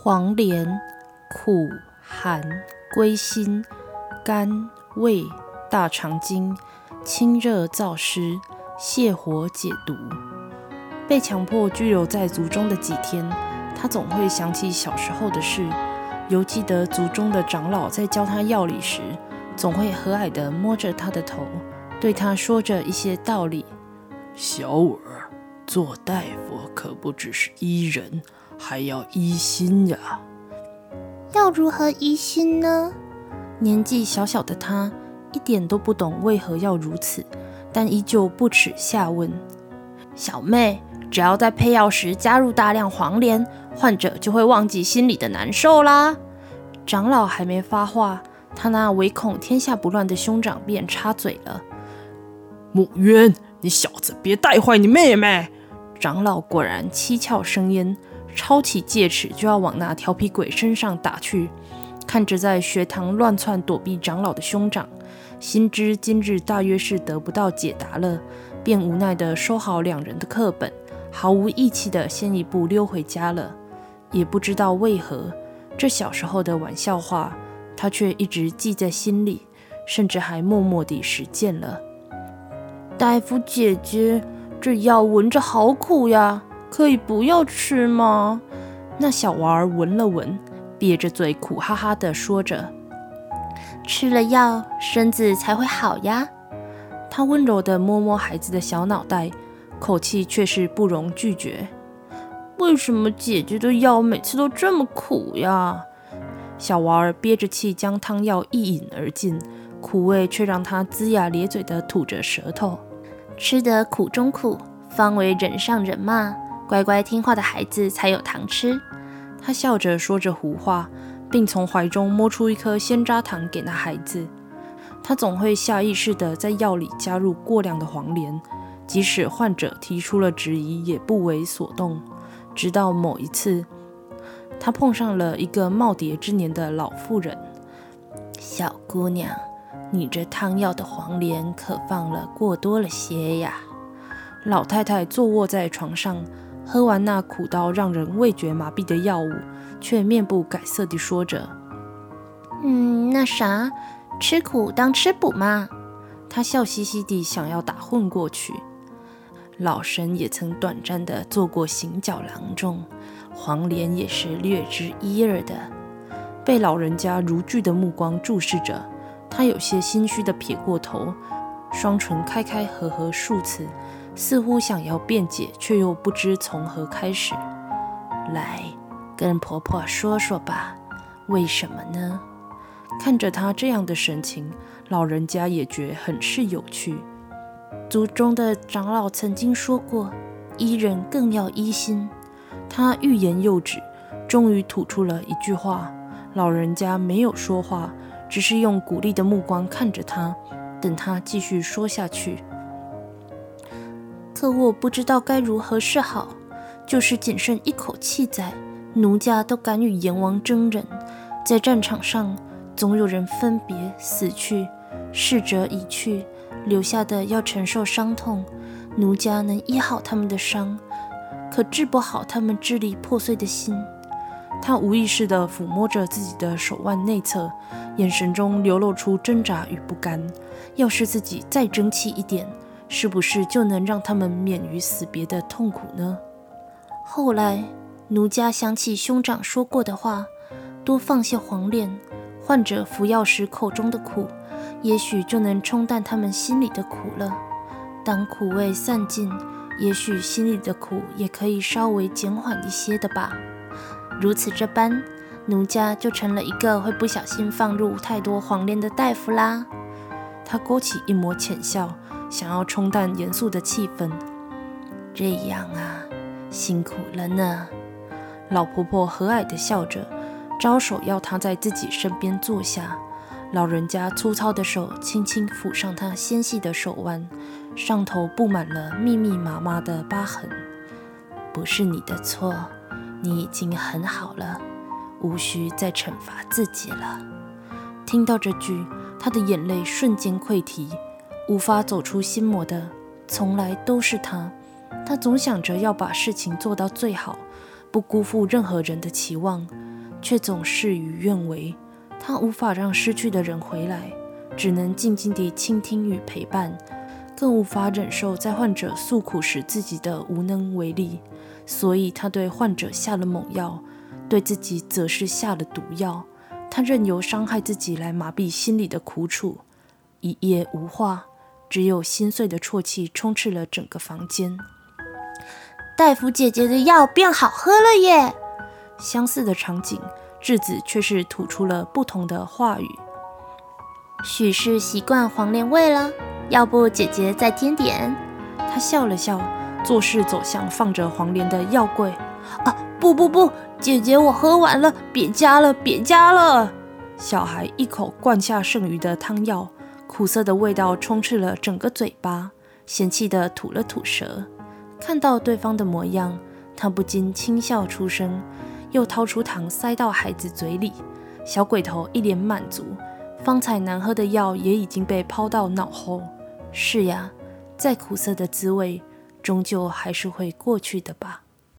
黄连苦寒归心肝胃大肠经，清热燥湿，泻火解毒。被强迫拘留在族中的几天，他总会想起小时候的事，犹记得族中的长老在教他药理时，总会和蔼地摸着他的头，对他说着一些道理。 小儿，做大夫可不只是医人，还要医心呀。 要如何医心呢？ 年纪小小的他一点都不懂为何要如此，但依旧不耻下问。小妹，只要在配药时加入大量黄连，患者就会忘记心里的难受啦。长老还没发话，他那唯恐天下不乱的兄长便插嘴了。 木渊，你小子别带坏你妹妹！ 长老果然七窍生烟，抄起戒尺就要往那调皮鬼身上打去。看着在学堂乱窜躲避长老的兄长，心知今日大约是得不到解答了，便无奈地收好两人的课本，毫无义气地先一步溜回家了。也不知道为何，这小时候的玩笑话，他却一直记在心里，甚至还默默地实践了。大夫姐姐，这药闻着好苦呀，可以不要吃吗？那小娃儿闻了闻，憋着嘴苦哈哈地说着： 吃了药，身子才会好呀。 他温柔地摸摸孩子的小脑袋，口气却是不容拒绝。为什么姐姐的药每次都这么苦呀？小娃儿憋着气将汤药一饮而尽，苦味却让他龇牙咧嘴地吐着舌头。 吃得苦中苦，方为人上人嘛。乖乖听话的孩子才有糖吃。 他笑着说着胡话，并从怀中摸出一颗鲜渣糖给那孩子。他总会下意识地在药里加入过量的黄连，即使患者提出了质疑，也不为所动。直到某一次，他碰上了一个耄耋之年的老妇人。小姑娘，你这汤药的黄连可放了过多了些呀。老太太坐卧在床上，喝完那苦到让人味觉麻痹的药物，却面不改色地说着： 那啥，吃苦当吃补嘛。 她笑嘻嘻地想要打混过去。老身也曾短暂地做过行脚郎中，黄连也是略知一二的。被老人家如炬的目光注视着，他有些心虚地撇过头，双唇开开合合数次，似乎想要辩解，却又不知从何开始。来，跟婆婆说说吧，为什么呢？看着他这样的神情，老人家也觉很是有趣。 族中的长老曾经说过，医人更要医心。 他欲言又止，终于吐出了一句话。老人家没有说话，只是用鼓励的目光看着他，等他继续说下去。 可我不知道该如何是好，就是仅剩一口气在，奴家都敢与阎王争人。在战场上，总有人分别死去，逝者已去，留下的要承受伤痛。奴家能医好他们的伤，可治不好他们支离破碎的心。他无意识地抚摸着自己的手腕内侧，眼神中流露出挣扎与不甘。要是自己再争气一点，是不是就能让他们免于死别的痛苦呢？后来，奴家想起兄长说过的话，多放些黄连，患者服药时口中的苦，也许就能冲淡他们心里的苦了。当苦味散尽，也许心里的苦也可以稍微减缓一些的吧。如此这般，奴家就成了一个会不小心放入太多黄连的大夫啦。他勾起一抹浅笑，想要冲淡严肃的气氛。这样啊，辛苦了呢。老婆婆和蔼地笑着，招手要她在自己身边坐下。老人家粗糙的手轻轻抚上她纤细的手腕，上头布满了密密麻麻的疤痕。不是你的错，你已经很好了，无需再惩罚自己了。听到这句，他的眼泪瞬间溃堤。无法走出心魔的从来都是他。他总想着要把事情做到最好，不辜负任何人的期望。 却总事与愿违。他无法让失去的人回来，只能静静地倾听与陪伴，更无法忍受在患者诉苦时自己的无能为力。所以他对患者下了猛药，对自己则是下了毒药。他任由伤害自己来麻痹心里的苦楚。一夜无话，只有心碎的啜泣充斥了整个房间。 大夫姐姐的药变好喝了耶！ 相似的场景，质子却是吐出了不同的话语。 许是习惯黄连味了，要不姐姐再添点？ 他笑了笑，做事走向放着黄连的药柜。 不，姐姐我喝完了，别加了，别加了！ 小孩一口灌下剩余的汤药，苦涩的味道充斥了整个嘴巴，嫌弃地吐了吐舌。看到对方的模样，他不禁轻笑出声，又掏出糖塞到孩子嘴里。小鬼头一脸满足，方才难喝的药也已经被抛到脑后。是呀，再苦涩的滋味，终究还是会过去的吧。